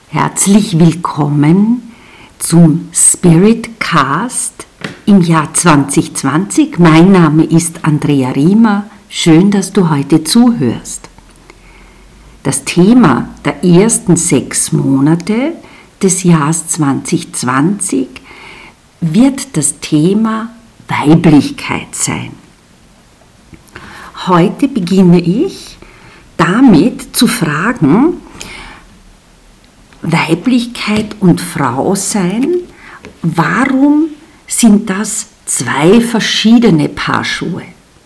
Herzlich willkommen zum Spirit Cast im Jahr 2020. Mein Name ist Andrea Riemer. Schön, dass du heute zuhörst. Das Thema der ersten 6 Monate des Jahres 2020 wird das Thema Weiblichkeit sein. Heute beginne ich damit zu fragen, Weiblichkeit und Frausein, warum sind das 2 verschiedene Paar Schuhe?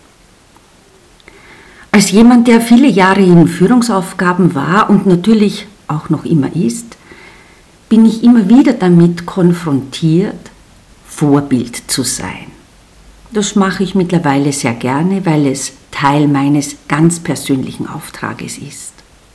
Als jemand, der viele Jahre in Führungsaufgaben war und natürlich auch noch immer ist, bin ich immer wieder damit konfrontiert, Vorbild zu sein. Das mache ich mittlerweile sehr gerne, weil es Teil meines ganz persönlichen Auftrages ist.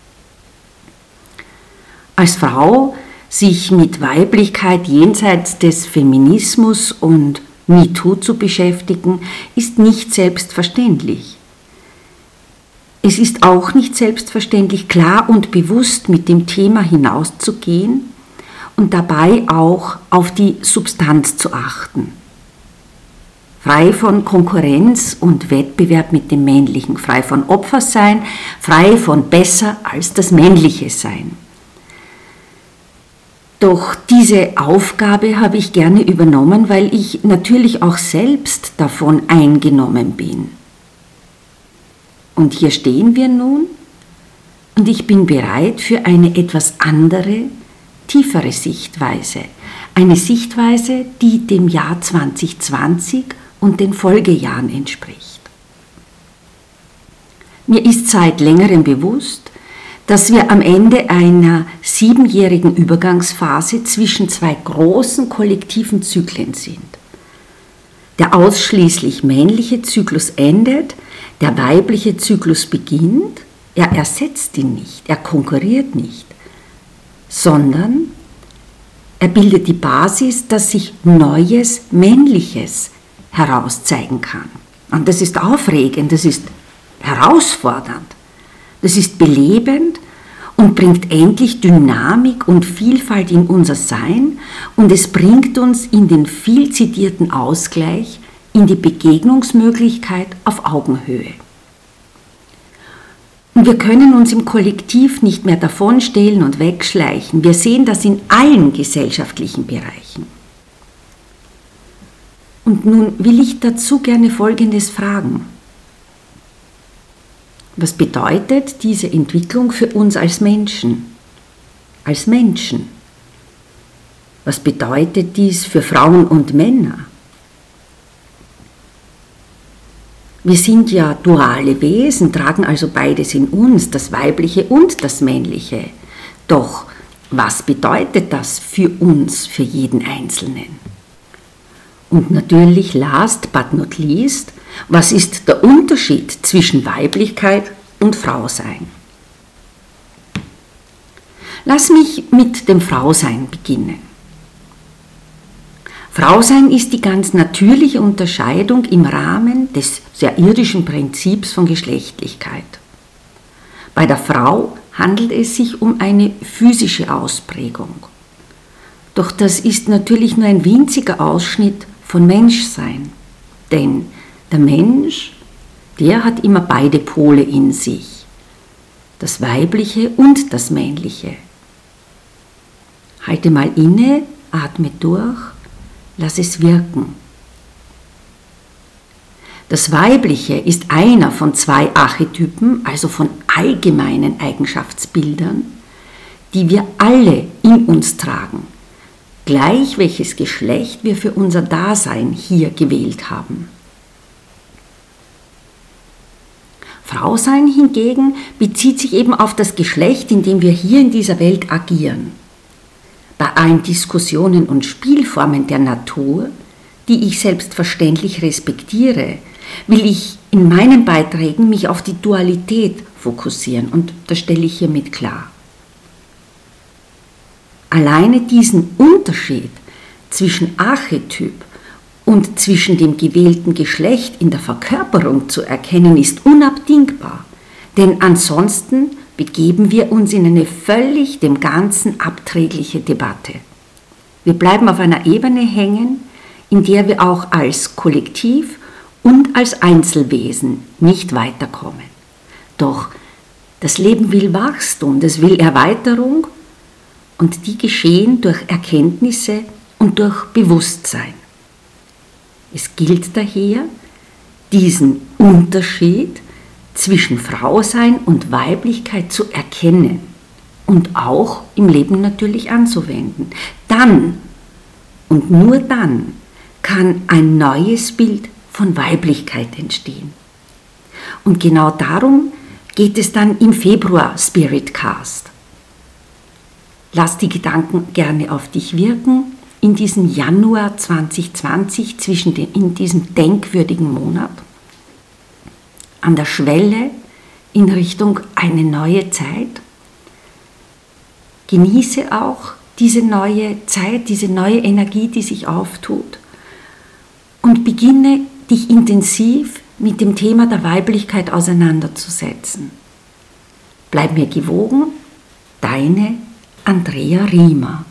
Als Frau sich mit Weiblichkeit jenseits des Feminismus und MeToo zu beschäftigen, ist nicht selbstverständlich. Es ist auch nicht selbstverständlich, klar und bewusst mit dem Thema hinauszugehen und dabei auch auf die Substanz zu achten. Frei von Konkurrenz und Wettbewerb mit dem Männlichen, frei von Opfersein, frei von besser als das Männliche sein. Doch diese Aufgabe habe ich gerne übernommen, weil ich natürlich auch selbst davon eingenommen bin. Und hier stehen wir nun und ich bin bereit für eine etwas andere, tiefere Sichtweise. Eine Sichtweise, die dem Jahr 2020 und den Folgejahren entspricht. Mir ist seit längerem bewusst, dass wir am Ende einer 7-jährigen Übergangsphase zwischen 2 großen kollektiven Zyklen sind. Der ausschließlich männliche Zyklus endet, der weibliche Zyklus beginnt, er ersetzt ihn nicht, er konkurriert nicht, sondern er bildet die Basis, dass sich Neues, Männliches herauszeigen kann. Und das ist aufregend, das ist herausfordernd. Das ist belebend und bringt endlich Dynamik und Vielfalt in unser Sein und es bringt uns in den viel zitierten Ausgleich, in die Begegnungsmöglichkeit auf Augenhöhe. Und wir können uns im Kollektiv nicht mehr davonstehlen und wegschleichen. Wir sehen das in allen gesellschaftlichen Bereichen. Und nun will ich dazu gerne Folgendes fragen. Was bedeutet diese Entwicklung für uns als Menschen? Als Menschen? Was bedeutet dies für Frauen und Männer? Wir sind ja duale Wesen, tragen also beides in uns, das Weibliche und das Männliche. Doch was bedeutet das für uns, für jeden Einzelnen? Und natürlich, last but not least, was ist der Unterschied zwischen Weiblichkeit und Frausein? Lass mich mit dem Frausein beginnen. Frausein ist die ganz natürliche Unterscheidung im Rahmen des sehr irdischen Prinzips von Geschlechtlichkeit. Bei der Frau handelt es sich um eine physische Ausprägung. Doch das ist natürlich nur ein winziger Ausschnitt von Menschsein, denn der Mensch, der hat immer beide Pole in sich, das Weibliche und das Männliche. Halte mal inne, atme durch, lass es wirken. Das Weibliche ist einer von 2 Archetypen, also von allgemeinen Eigenschaftsbildern, die wir alle in uns tragen, gleich welches Geschlecht wir für unser Dasein hier gewählt haben. Frausein hingegen bezieht sich eben auf das Geschlecht, in dem wir hier in dieser Welt agieren. Bei allen Diskussionen und Spielformen der Natur, die ich selbstverständlich respektiere, will ich in meinen Beiträgen mich auf die Dualität fokussieren und das stelle ich hiermit klar. Alleine diesen Unterschied zwischen Archetyp und zwischen dem gewählten Geschlecht in der Verkörperung zu erkennen, ist unabdingbar, denn ansonsten begeben wir uns in eine völlig dem Ganzen abträgliche Debatte. Wir bleiben auf einer Ebene hängen, in der wir auch als Kollektiv und als Einzelwesen nicht weiterkommen. Doch das Leben will Wachstum, das will Erweiterung und die geschehen durch Erkenntnisse und durch Bewusstsein. Es gilt daher, diesen Unterschied zwischen Frausein und Weiblichkeit zu erkennen und auch im Leben natürlich anzuwenden. Dann und nur dann kann ein neues Bild von Weiblichkeit entstehen. Und genau darum geht es dann im Februar Spiritcast. Lass die Gedanken gerne auf dich wirken in diesem Januar 2020, in diesem denkwürdigen Monat, an der Schwelle in Richtung eine neue Zeit. Genieße auch diese neue Zeit, diese neue Energie, die sich auftut und beginne dich intensiv mit dem Thema der Weiblichkeit auseinanderzusetzen. Bleib mir gewogen, deine Andrea Riemer.